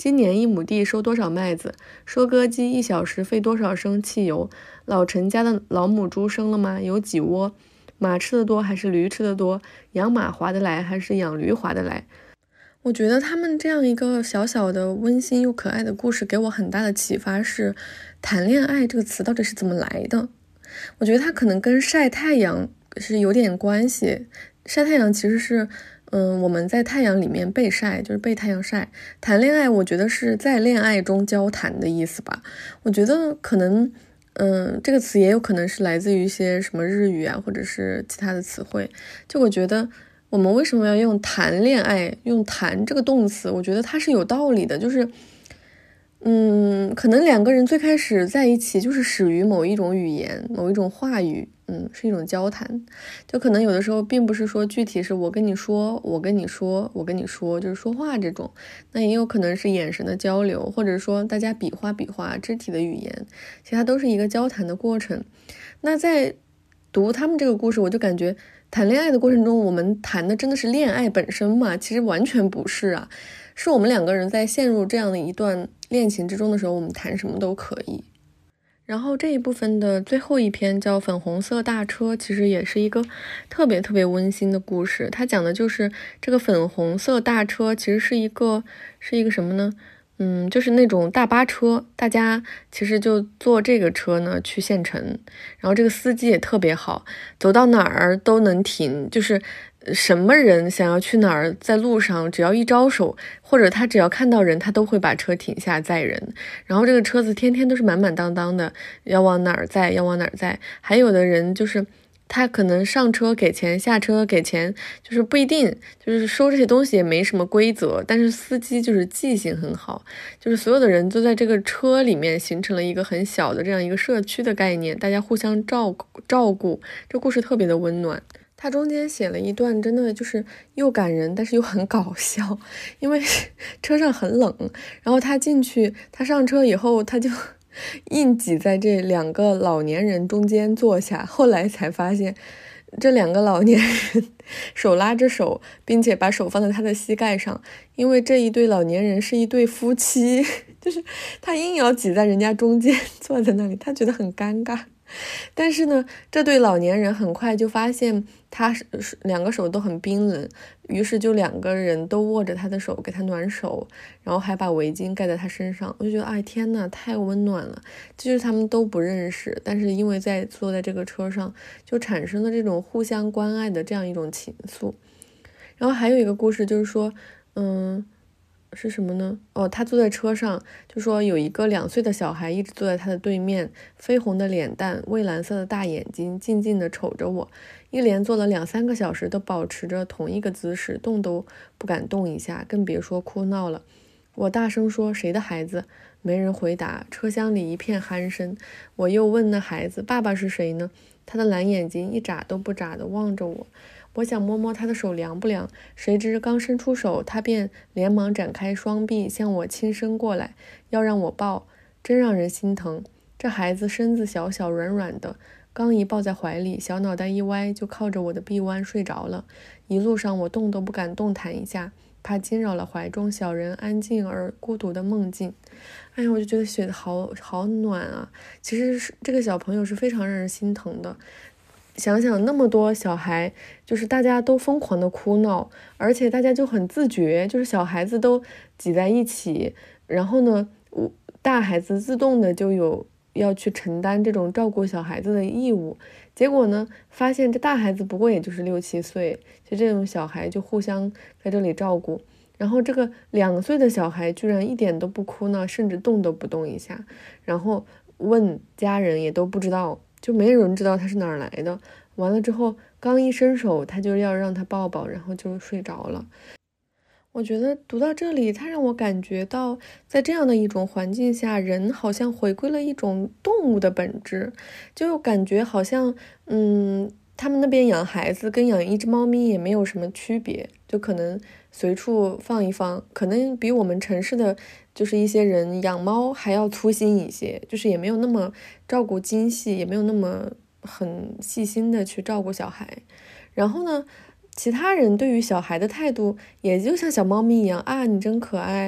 Speaker 1: 今年一亩地收多少麦子，收割机一小时费多少升汽油，老陈家的老母猪生了吗？有几窝？马吃的多还是驴吃的多？养马划得来还是养驴划得来？我觉得他们这样一个小小的温馨又可爱的故事给我很大的启发是，谈恋爱这个词到底是怎么来的？我觉得它可能跟晒太阳是有点关系。晒太阳其实是嗯，我们在太阳里面被晒，就是被太阳晒。谈恋爱我觉得是在恋爱中交谈的意思吧。我觉得可能嗯，这个词也有可能是来自于一些什么日语啊，或者是其他的词汇。就我觉得我们为什么要用谈恋爱，用谈这个动词，我觉得它是有道理的。就是嗯，可能两个人最开始在一起就是始于某一种语言，某一种话语，嗯，是一种交谈。就可能有的时候并不是说具体是我跟你说，我跟你说，我跟你说，就是说话这种。那也有可能是眼神的交流，或者说大家比划比划肢体的语言，其实它都是一个交谈的过程。那在读他们这个故事，我就感觉谈恋爱的过程中，我们谈的真的是恋爱本身吗？其实完全不是啊，是我们两个人在陷入这样的一段恋情之中的时候，我们谈什么都可以。然后这一部分的最后一篇叫粉红色大车，其实也是一个特别特别温馨的故事。它讲的就是这个粉红色大车其实是一个是一个什么呢？嗯，就是那种大巴车，大家其实就坐这个车呢去县城，然后这个司机也特别好，走到哪儿都能停，就是什么人想要去哪儿，在路上只要一招手，或者他只要看到人，他都会把车停下载人。然后这个车子天天都是满满当当的，要往哪儿载，要往哪儿载。还有的人就是他可能上车给钱，下车给钱，就是不一定，就是收这些东西也没什么规则，但是司机就是记性很好，就是所有的人都在这个车里面形成了一个很小的这样一个社区的概念，大家互相照照顾，这故事特别的温暖。他中间写了一段真的就是又感人但是又很搞笑，因为车上很冷，然后他进去，他上车以后他就硬挤在这两个老年人中间坐下，后来才发现这两个老年人手拉着手，并且把手放在他的膝盖上，因为这一对老年人是一对夫妻，就是他硬要挤在人家中间坐在那里，他觉得很尴尬。但是呢，这对老年人很快就发现他两个手都很冰冷，于是就两个人都握着他的手给他暖手，然后还把围巾盖在他身上。我就觉得哎天哪，太温暖了。就是他们都不认识，但是因为在坐在这个车上，就产生了这种互相关爱的这样一种情愫。然后还有一个故事就是说嗯是什么呢？哦，他坐在车上，就说有一个两岁的小孩一直坐在他的对面，绯红的脸蛋，蔚蓝色的大眼睛，静静地瞅着我，一连坐了两三个小时，都保持着同一个姿势，动都不敢动一下，更别说哭闹了。我大声说：“谁的孩子？”没人回答，车厢里一片鼾声。我又问那孩子：“爸爸是谁呢？”他的蓝眼睛一眨都不眨地望着我。我想摸摸他的手凉不凉，谁知刚伸出手，他便连忙展开双臂向我亲伸过来，要让我抱，真让人心疼。这孩子身子小小软软的，刚一抱在怀里，小脑袋一歪，就靠着我的臂弯睡着了。一路上我动都不敢动弹一下，怕惊扰了怀中小人安静而孤独的梦境。哎呀，我就觉得写的好好暖啊！其实是这个小朋友是非常让人心疼的。想想那么多小孩，就是大家都疯狂的哭闹，而且大家就很自觉，就是小孩子都挤在一起，然后呢，我大孩子自动的就有要去承担这种照顾小孩子的义务。结果呢，发现这大孩子不过也就是六七岁，就这种小孩就互相在这里照顾。然后这个两岁的小孩居然一点都不哭闹，甚至动都不动一下，然后问家人也都不知道，就没人知道他是哪儿来的。完了之后，刚一伸手，他就要让他抱抱，然后就睡着了。我觉得读到这里，它让我感觉到，在这样的一种环境下，人好像回归了一种动物的本质，就感觉好像，嗯，他们那边养孩子跟养一只猫咪也没有什么区别，就可能随处放一放，可能比我们城市的就是一些人养猫还要粗心一些，就是也没有那么照顾精细，也没有那么很细心的去照顾小孩。然后呢，其他人对于小孩的态度也就像小猫咪一样啊，你真可爱，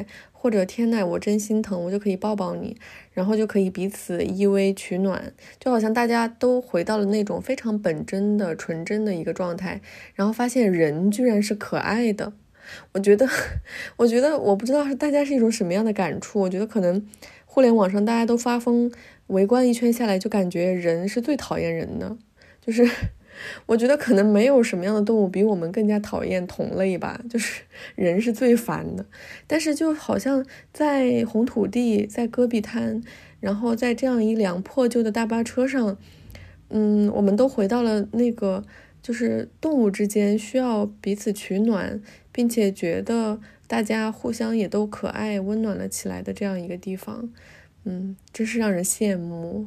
Speaker 1: 或者天呐我真心疼，我就可以抱抱你，然后就可以彼此依偎取暖，就好像大家都回到了那种非常本真的纯真的一个状态，然后发现人居然是可爱的。我觉得我觉得我不知道是大家是一种什么样的感触，我觉得可能互联网上大家都发疯，围观一圈下来就感觉人是最讨厌人的，就是我觉得可能没有什么样的动物比我们更加讨厌同类吧，就是人是最烦的。但是就好像在红土地，在戈壁滩，然后在这样一辆破旧的大巴车上，嗯，我们都回到了那个就是动物之间需要彼此取暖，并且觉得大家互相也都可爱温暖了起来的这样一个地方。嗯，真是让人羡慕。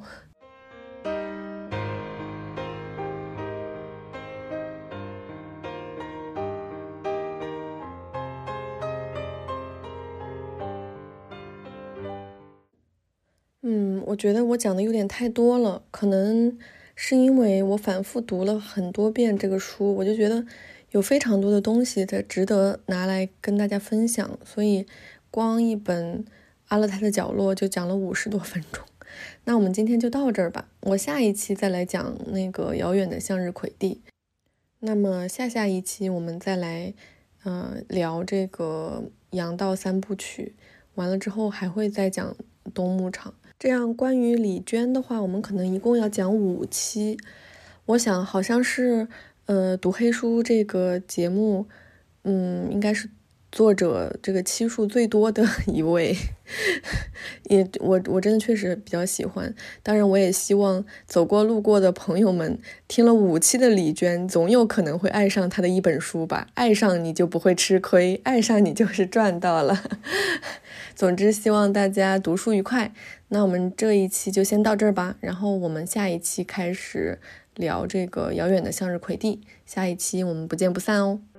Speaker 1: 嗯，我觉得我讲的有点太多了，可能是因为我反复读了很多遍这个书，我就觉得有非常多的东西的值得拿来跟大家分享，所以光一本阿勒泰的角落就讲了五十多分钟。那我们今天就到这儿吧，我下一期再来讲那个遥远的向日葵地。那么下下一期我们再来呃聊这个羊道三部曲，完了之后还会再讲冬牧场。这样关于李娟的话，我们可能一共要讲五期。我想好像是呃读黑书这个节目，嗯，应该是作者这个期数最多的一位。也我我真的确实比较喜欢，当然我也希望走过路过的朋友们听了五期的李娟，总有可能会爱上她的一本书吧，爱上你就不会吃亏，爱上你就是赚到了。总之希望大家读书愉快，那我们这一期就先到这儿吧，然后我们下一期开始聊这个遥远的向日葵地，下一期我们不见不散哦。